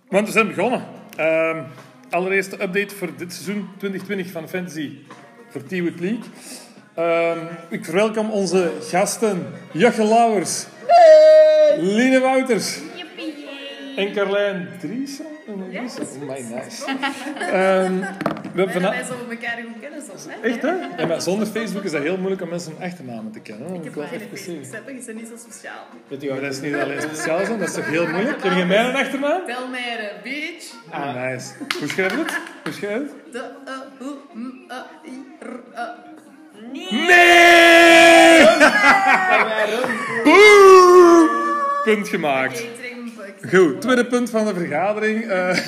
Want we zijn begonnen. Allereerste update voor dit seizoen 2020 van Fantasy voor T-Wood League. Ik verwelkom onze gasten Jocke Lauwers, Line Wouters en Carlijn Driessen. Yes. Oh my nice. We hebben wij zo elkaar goed kennen soms, hè? Echt, hè? Ja, maar zonder Facebook is dat heel moeilijk om mensen hun echte namen te kennen. Ik heb maar geen Facebook zetten, is dat niet zo speciaal. Weet je wat, dat is niet alleen speciaal zijn, dat is toch heel moeilijk? Heb je mijn achternaam? Belmeire, bitch. Ah, nice. Hoe schrijf je het? Hoe schrijf je het? De, I, R, Nee! Boom! Punt gemaakt. Oké, trek mijn pak. Goed, tweede punt van de vergadering.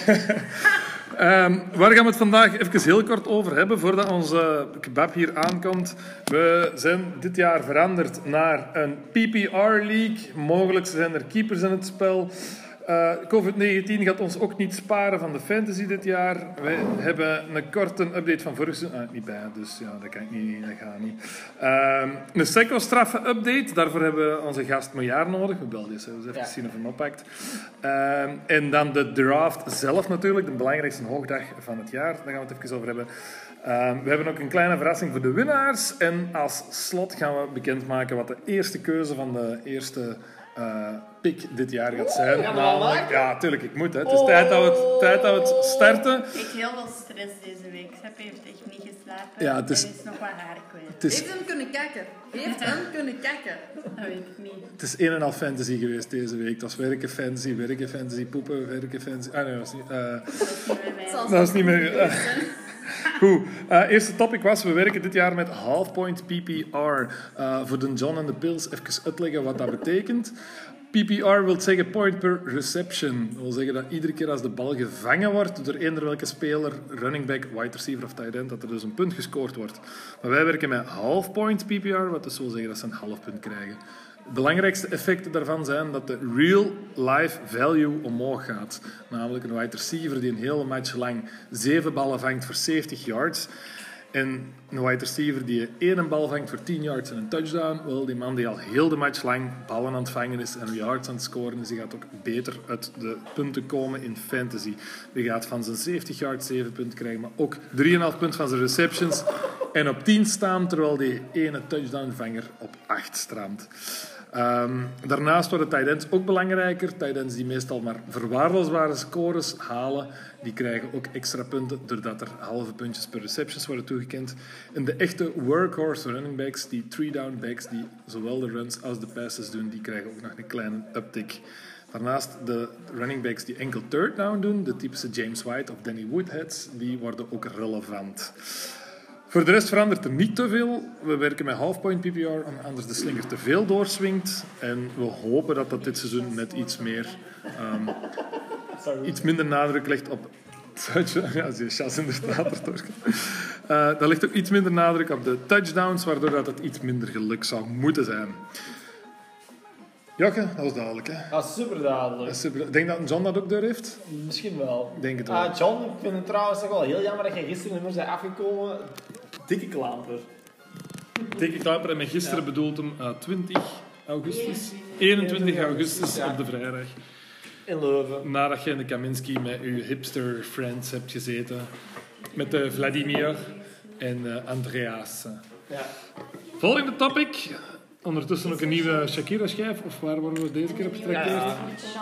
Waar gaan we het vandaag even heel kort over hebben, voordat onze kebab hier aankomt. We zijn dit jaar veranderd naar een PPR-league. Mogelijk zijn er keepers in het spel. COVID-19 gaat ons ook niet sparen van de fantasy dit jaar. Wij hebben een korte update van vorig seizoen. Niet bij, dus ja, dat kan ik niet, dat gaat niet. Een Seco-straffen-update. Daarvoor hebben we onze gast Miljard nodig. We belden eens even zien of hij hem oppakt. En dan de draft zelf natuurlijk. De belangrijkste hoogdag van het jaar. Daar gaan we het even over hebben. We hebben ook een kleine verrassing voor de winnaars. En als slot gaan we bekendmaken wat de eerste keuze van de eerste pick dit jaar gaat zijn. Namelijk, ja, tuurlijk, ik moet. Hè. Het is tijd dat we het starten. Ik heb heel veel stress deze week. Seppe heeft echt niet geslapen. Ja, het is- Er is nog wat haar kwijt. Het is, Heeft hem kunnen kijken. Heeft hem kunnen kijken. Dat weet ik niet. het is een en al fantasy geweest deze week. Het was werken fantasy, poepen, werken fantasy. Ah nee, dat was niet... Dat is niet meer... Goed, eerste topic was, we werken dit jaar met half-point PPR. Voor de John en de Pills even uitleggen wat dat betekent. PPR wil zeggen point per reception. Dat wil zeggen dat iedere keer als de bal gevangen wordt door eender welke speler, running back, wide receiver of tight end, dat er dus een punt gescoord wordt. Maar wij werken met half-point PPR, wat dus wil zeggen dat ze een half punt krijgen. De belangrijkste effecten daarvan zijn dat de real life value omhoog gaat. Namelijk een wide receiver die een hele match lang 7 ballen vangt voor 70 yards. En een wide receiver die 1 bal vangt voor 10 yards en een touchdown. Wel, die man die al heel de match lang ballen aan het vangen is en yards aan het scoren. Dus die gaat ook beter uit de punten komen in fantasy. Die gaat van zijn 70 yards 7 punten krijgen, maar ook 3,5 punten van zijn receptions. En op 10 staan, terwijl die ene touchdownvanger op 8 staat. Daarnaast worden tight ends ook belangrijker. Tight ends die meestal maar verwaarloosbare scores halen, die krijgen ook extra punten doordat er halve puntjes per receptions worden toegekend. En de echte workhorse running backs, die 3-down backs, die zowel de runs als de passes doen, die krijgen ook nog een kleine uptick. Daarnaast de running backs die enkel third down doen, de typische James White of Danny Woodheads, die worden ook relevant. Voor de rest verandert er niet te veel. We werken met half-point PPR, anders de slinger te veel doorswingt. En we hopen dat dat dit seizoen net iets minder nadruk legt op... Ja, zie je, chas inderdaad. Dat legt ook iets minder nadruk op de touchdowns, waardoor dat het iets minder geluk zou moeten zijn. Jocke, dat was duidelijk, hè? Ja, super duidelijk. Dat is super. Ik denk dat John dat ook door heeft. Misschien wel. Denk het wel. John, ik vind het trouwens ook wel heel jammer dat je gisteren nummer bent afgekomen. Dikke klamper. Dikke Klamper en met gisteren bedoelt hem 20 augustus. 21 augustus ja. op de vrijdag. In Leuven. Nadat je in de Kaminski met je hipster friends hebt gezeten. Met Vladimir en Andreas. Ja. Volgende topic. Ondertussen ook een nieuwe Shakira-schijf. Of waar worden we deze keer op getrakteerd? Ja.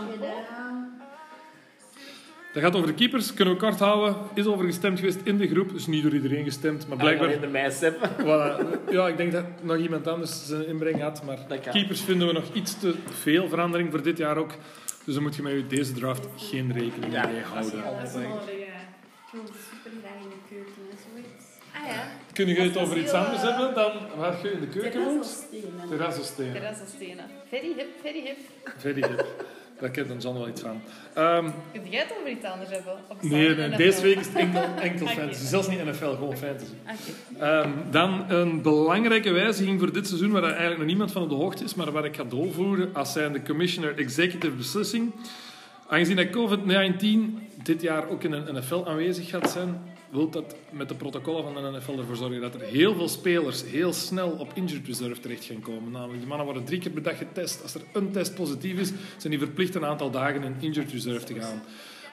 Dat gaat over de keepers. Kunnen we kort houden. Is over gestemd geweest in de groep. Dus niet door iedereen gestemd. Maar blijkbaar... Alleen de meisje. Voilà. Ja, ik denk dat nog iemand anders zijn inbreng had. Maar Dat kan. keepers vinden we nog iets te veel verandering voor dit jaar ook. Dus dan moet je met deze draft geen rekening mee houden. Dat is nodig, ja. Ik wil super graag in de keuken en zoiets. Ah ja. Kun je het over iets anders hebben dan waar je in de keuken woont? Terrassostenen. Terrassostenen. Terrassostenen. Very hip, very hip. Very hip. Daar kent dan John wel iets van. Kun jij het over iets anders hebben? Of is Nee, dat nee, een deze NFL? week is het enkel Oké. fantasy. Zelfs niet NFL, gewoon fantasy. Oké. Dan een belangrijke wijziging voor dit seizoen, waar eigenlijk nog niemand van op de hoogte is, maar waar ik ga doorvoeren als zijn de Commissioner Executive Beslissing. Aangezien dat COVID-19 dit jaar ook in een NFL aanwezig gaat zijn, wil dat met de protocollen van de NFL ervoor zorgen dat er heel veel spelers heel snel op injured reserve terecht gaan komen. Namelijk, de mannen worden 3 keer per dag getest. Als er een test positief is, zijn die verplicht een aantal dagen in injured reserve te gaan.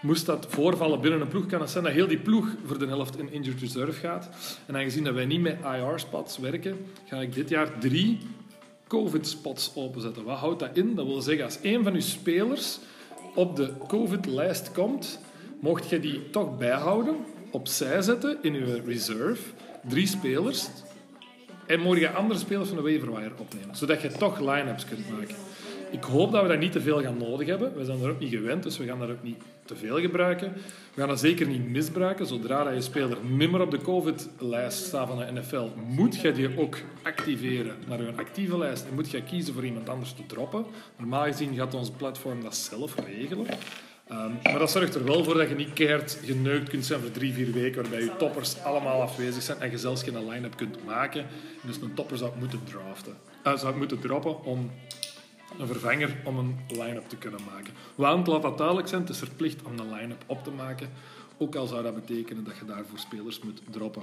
Moest dat voorvallen binnen een ploeg, kan het zijn dat heel die ploeg voor de helft in injured reserve gaat. En aangezien dat wij niet met IR-spots werken, ga ik dit jaar 3 COVID-spots openzetten. Wat houdt dat in? Dat wil zeggen, als één van uw spelers op de COVID-lijst komt, mocht je die toch bijhouden, opzij zetten in uw reserve, 3 spelers, en mocht je andere spelers van de waiver wire opnemen, zodat je toch line-ups kunt maken. Ik hoop dat we dat niet te veel gaan nodig hebben. We zijn daar ook niet gewend, dus we gaan dat ook niet te veel gebruiken. We gaan dat zeker niet misbruiken. Zodra dat je speler niet meer op de COVID-lijst staat van de NFL, moet je die ook activeren naar je actieve lijst en moet je kiezen voor iemand anders te droppen. Normaal gezien gaat ons platform dat zelf regelen. Maar dat zorgt er wel voor dat je niet keihard geneukt kunt zijn voor 3-4 weken, waarbij je toppers allemaal afwezig zijn en je zelfs geen line-up kunt maken. En dus een topper zou moeten draften. Zou moeten droppen om een vervanger om een line-up te kunnen maken. Want, laat dat duidelijk zijn, het is verplicht om een line-up op te maken. Ook al zou dat betekenen dat je daarvoor spelers moet droppen.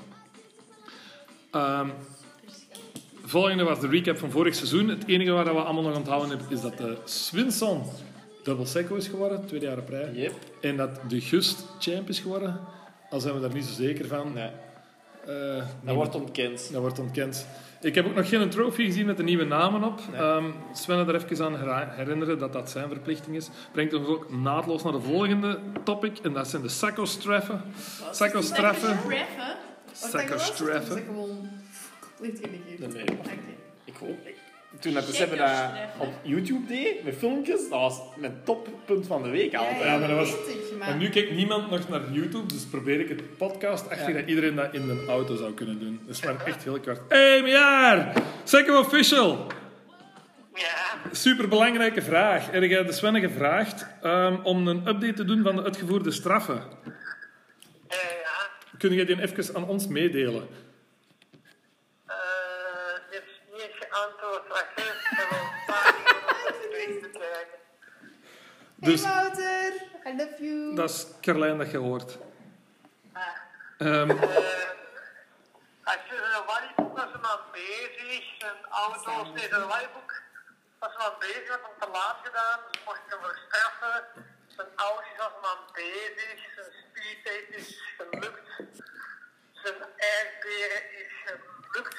Volgende was de recap van vorig seizoen. Het enige waar we allemaal nog onthouden hebben, is dat de Swinson double secco is geworden, 2 jaar op rij. Yep. En dat de Gust champ is geworden. Al zijn we daar niet zo zeker van. Nee. Dat wordt ontkend. Dat wordt ontkend. Ik heb ook nog geen trophy gezien met de nieuwe namen op. Nee. Sven er even aan herinneren dat dat zijn verplichting is. Brengt ons ook naadloos naar de volgende topic. En dat zijn de Sacco-straffen. Sacco-straffen. Sacco-straffen. Gewoon compleet ingegeven. Nee. Oké. Ik hoop... Toen dat we dat op YouTube deed, met filmpjes, dat was mijn toppunt van de week altijd. Ja, maar dat was... weet ik, maar... En nu kijkt niemand nog naar YouTube, dus probeer ik het podcast achter dat iedereen dat in de auto zou kunnen doen. Dat is maar echt heel kort. Hey, Mijaar! Second official! Ja, Superbelangrijke vraag. Heb jij de Svenne gevraagd om een update te doen van de uitgevoerde straffen? ja. Kun je die even aan ons meedelen? Dit is niet geantwoord. Wacht even, ik heb wel een paar dingen om te krijgen. Dus Hey Wouter, I love you. dat is Carlijn dat je hoort. Als je een Waliboek was er aan bezig, een auto's, nee, een Waliboek was er aan bezig, had hem te laat gedaan, dus mocht ik hem verstraffen. Zijn Audi was er aan bezig, zijn speeddate is gelukt, zijn airberen is gelukt.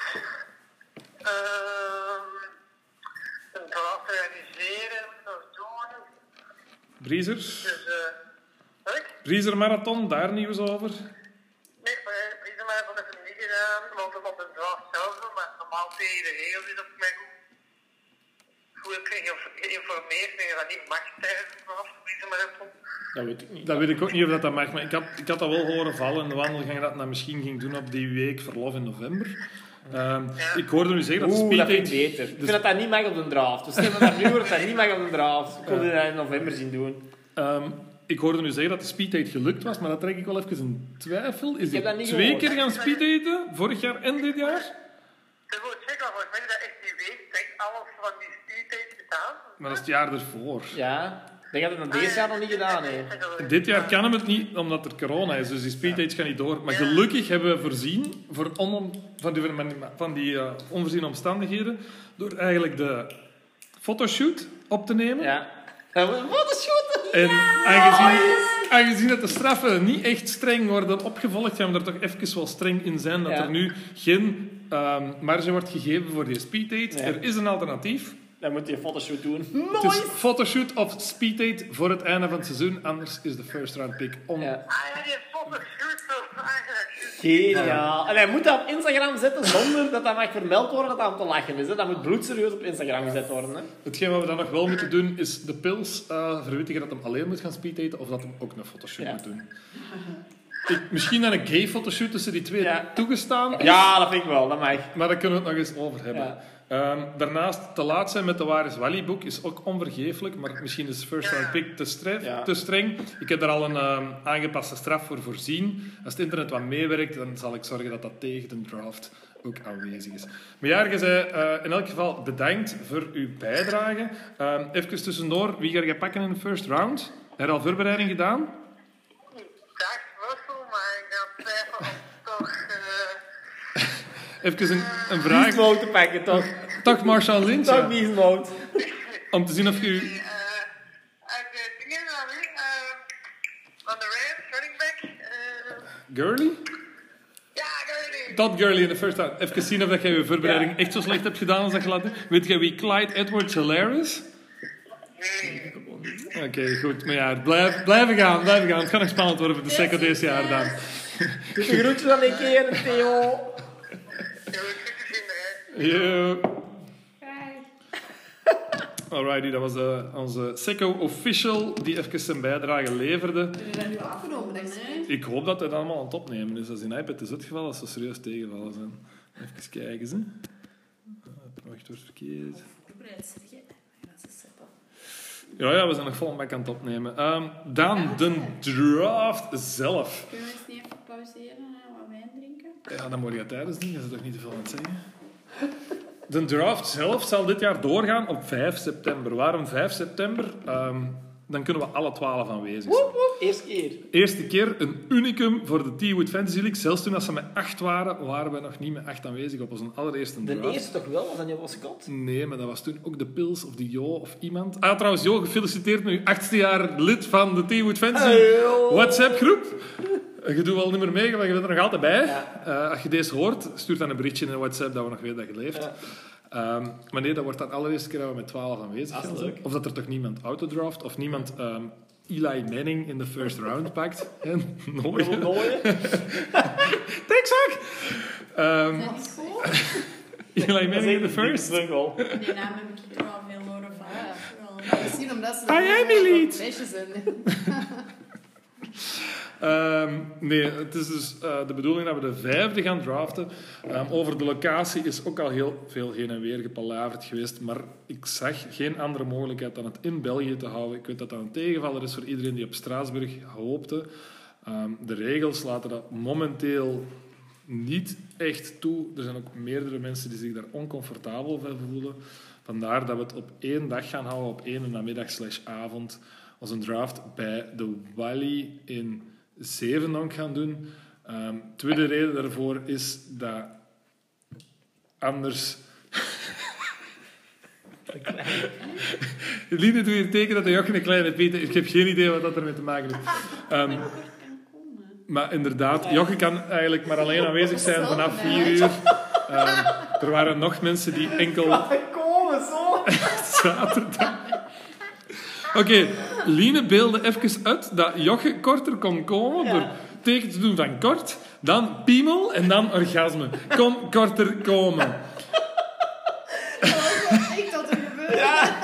Een draft realiseren, nog doen. Breezer? Dus, wat? Breezer Marathon, daar nieuws over? Nee, maar deze man heeft dat even niet gedaan, want het op een draft zelf doen, maar normaal tegen de regels is dat ik mij goed heb geïnformeerd en je dat niet mag tijdens de draft, deze marathon. Dat weet ik niet. Dat weet ik ook niet of dat mag, maar ik had dat wel horen vallen in de wandelgang dat dat misschien ging doen op die week verlof in november. Ik hoorde nu zeggen dat de Dat vind speeddate... ik beter. Ik vind dat dat niet mag op de draft. We stemmen dat nu dat dat niet mag op de draft. Ik kon dat in november zien doen. Ik hoorde nu zeggen dat de speeddate gelukt was, maar dat trek ik wel even in twijfel. Is heb dat hij niet 2 gehoord. keer gaan speeddaten? Vorig jaar en dit jaar? Ik wil checken, volgens mij is dat echt die week, denk alles van die speeddate gedaan. Maar dat is het jaar ervoor. Ja. Ik denk dat het deze jaar nog niet gedaan heeft. Dit jaar kan hem het niet, omdat er corona is. Dus die speeddates gaan niet door. Maar gelukkig hebben we voorzien van die onvoorziene omstandigheden door eigenlijk de fotoshoot op te nemen. Ja. Wat een shoot! En aangezien dat de straffen niet echt streng worden opgevolgd, gaan we er toch even wel streng in zijn dat Ja. er nu geen marge wordt gegeven voor die speeddate. Nee. Er is een alternatief. Dan moet je een fotoshoot doen. Het is fotoshoot of speeddate voor het einde van het seizoen. Anders is de first round pick om. Ja. Ah, die fotoshoot zo eigenlijk. Geniaal. En hij moet dat op Instagram zetten zonder dat dat mag vermeld worden dat dat om te lachen is. Hè. Dat moet bloedserieus op Instagram gezet worden. Hè. Hetgeen wat we dan nog wel moeten doen, is de pils verwittigen dat hem alleen moet gaan speeddaten of dat hem ook een fotoshoot Ja. moet doen. Misschien dan een gay fotoshoot tussen die twee Ja. toegestaan is, Ja, dat vind ik wel. Dat mag. maar daar kunnen we het nog eens over hebben. Ja. Daarnaast, te laat zijn met de Waar is Wally boek is ook onvergeeflijk, maar misschien is first round pick Ja. te streng. Ik heb daar al een aangepaste straf voor voorzien. Als het internet wat meewerkt, dan zal ik zorgen dat dat tegen de draft ook aanwezig is. Maar ja, je zei in elk geval bedankt voor uw bijdrage. Even tussendoor, wie ga je pakken in de first round? Heb je al voorbereiding gedaan? Ik dacht Russell, maar ik ga twijfelen of toch... Even een vraag. Beast mode te pakken, toch? Toch Marshall Lynch? Toch Ja. beast mode. Om te zien of je... Uit de dingen dan weer. Van de Rams, running back. Gurley? Ja, Gurley. Todd Gurley in de first round. Even zien of jij je voorbereiding echt zo slecht hebt gedaan als dat je laat doen. Weet jij wie Clyde Edwards-Helaire is? Oké, goed. Maar ja, blijven gaan. Het gaat nog spannend worden voor de second deze jaar dan. Dus de groetjes aan een keer, Theo. Ja, we zitten vinden, hè. Yo. Alrighty, dat was onze Seco Official die even zijn bijdrage leverde. Heb je dat nu afgenomen? Nee. Ik hoop dat hij dat allemaal aan het opnemen is. Als in iPad is uitgevallen, als ze serieus tegenvallen zijn. Even kijken, ze. Wacht, wordt verkeerd. Ja, we zijn nog vol een bak aan het opnemen. Dan de draft zelf. Kunnen we eens niet even pauzeren en wat wijn drinken? Ja, dan moet je tijdens doen. Je zit toch niet te veel aan het zeggen. De draft zelf zal dit jaar doorgaan op 5 september. Waarom 5 september? Dan kunnen we alle 12 aanwezig zijn. Eerste keer. Eerste keer een unicum voor de T-Wood Fantasy League. Zelfs toen ze met 8 waren we nog niet met 8 aanwezig op onze allereerste draft. De eerste toch wel? Was dat niet op Scott? Nee, maar dat was toen ook de Pils of de Jo of iemand. Ah, trouwens, Jo, gefeliciteerd met je 8e jaar lid van de T-Wood Fantasy WhatsApp groep. Je doet wel niet meer mee, maar je bent er nog altijd bij. Ja. Als je deze hoort, stuur dan een berichtje in WhatsApp dat we nog weten dat je leeft. Ja. Maar nee, dat wordt dan de allereerste keer dat we met 12 aanwezig Dat is zijn. leuk. Of dat er toch niemand autodraft of niemand Eli Manning in de first round pakt. En nooien. Thanks, Zak! Eli Manning in de first. Die naam heb ik er wel veel horen van. Misschien omdat ze Miami-lied. meisjes zijn. Nee, het is dus de bedoeling dat we de 5e gaan draften. Over de locatie is ook al heel veel heen en weer gepalaverd geweest. Maar ik zag geen andere mogelijkheid dan het in België te houden. Ik weet dat dat een tegenvaller is voor iedereen die op Straatsburg hoopte. De regels laten dat momenteel niet echt toe. Er zijn ook meerdere mensen die zich daar oncomfortabel bij voelen. Vandaar dat we het op 1 dag gaan houden, op 1 namiddag/avond. Als een draft bij de Wally in Zevendonk gaan doen. Tweede reden daarvoor is dat anders... Liene doet hier teken dat de Jochen een kleine Piet is. Ik heb geen idee wat dat ermee te maken heeft. Maar inderdaad, Jochen kan eigenlijk maar alleen aanwezig zijn vanaf 4 uur. Er waren nog mensen die enkel... Komen, zo! Zaterdag. Oké, Liene beelde even uit dat Joche korter kon komen door teken te doen van kort, dan piemel en dan orgasme. Kon korter komen. Ik dat er gebeurt. Ja,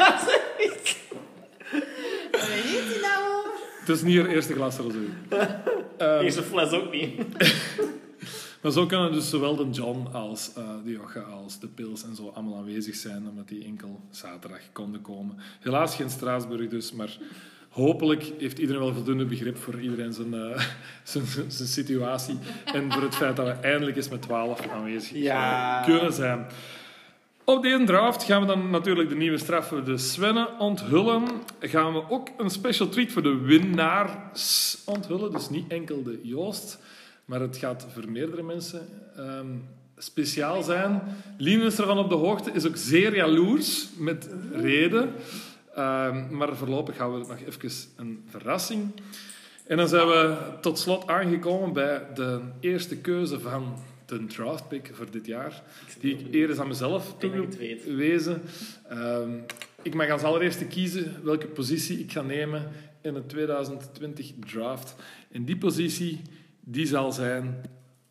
Wat heet die nou over? Het is niet haar eerste glas roze. Eerste fles ook niet. Maar zo kunnen dus zowel de John als de Joche als de Pils en zo allemaal aanwezig zijn, omdat die enkel zaterdag konden komen. Helaas geen Straatsburg dus, maar hopelijk heeft iedereen wel voldoende begrip voor iedereen zijn situatie. En voor het feit dat we eindelijk eens met 12 aanwezig kunnen zijn. Op deze draft gaan we dan natuurlijk de nieuwe straf voor de Svenne onthullen. Gaan we ook een special treat voor de winnaars onthullen. Dus niet enkel de Joost, maar het gaat voor meerdere mensen speciaal zijn. Lien is ervan op de hoogte, is ook zeer jaloers, met reden. Maar voorlopig houden we nog even een verrassing. En dan zijn we tot slot aangekomen bij de eerste keuze van de draftpick voor dit jaar. Die ik eerst aan mezelf toegewezen. Ik mag als allereerste kiezen welke positie ik ga nemen in de 2020 draft. En die positie, die zal zijn...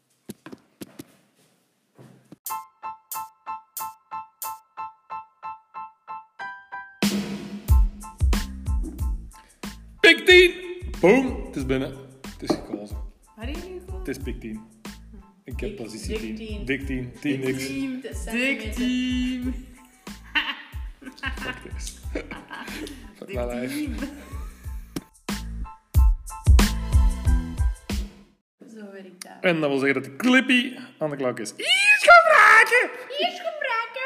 Pick 10! Boom! Het is binnen. Het is gekozen. Waar heb je gekozen? Het is pick 10. Ik heb positie Dik 10. 10. Dik 10. 10 niks. Dik team. Fuck this. Fuck my life. Zo werkt dat. En dat wil zeggen dat de clippy aan de klok is. Hier gebruiken! Eerst gebruiken.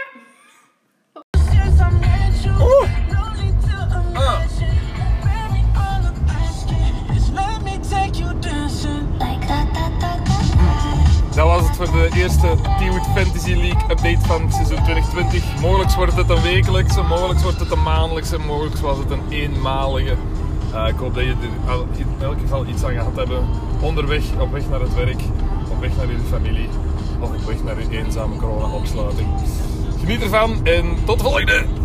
Dat was het voor de eerste T-Wood Fantasy League update van seizoen 2020. Mogelijk wordt het een wekelijkse, mogelijk wordt het een maandelijkse, mogelijk was het een eenmalige. Ik hoop dat je er in elk geval iets aan gaat hebben. Onderweg, op weg naar het werk, op weg naar jullie familie of op weg naar je eenzame corona-opsluiting. Geniet ervan en tot de volgende!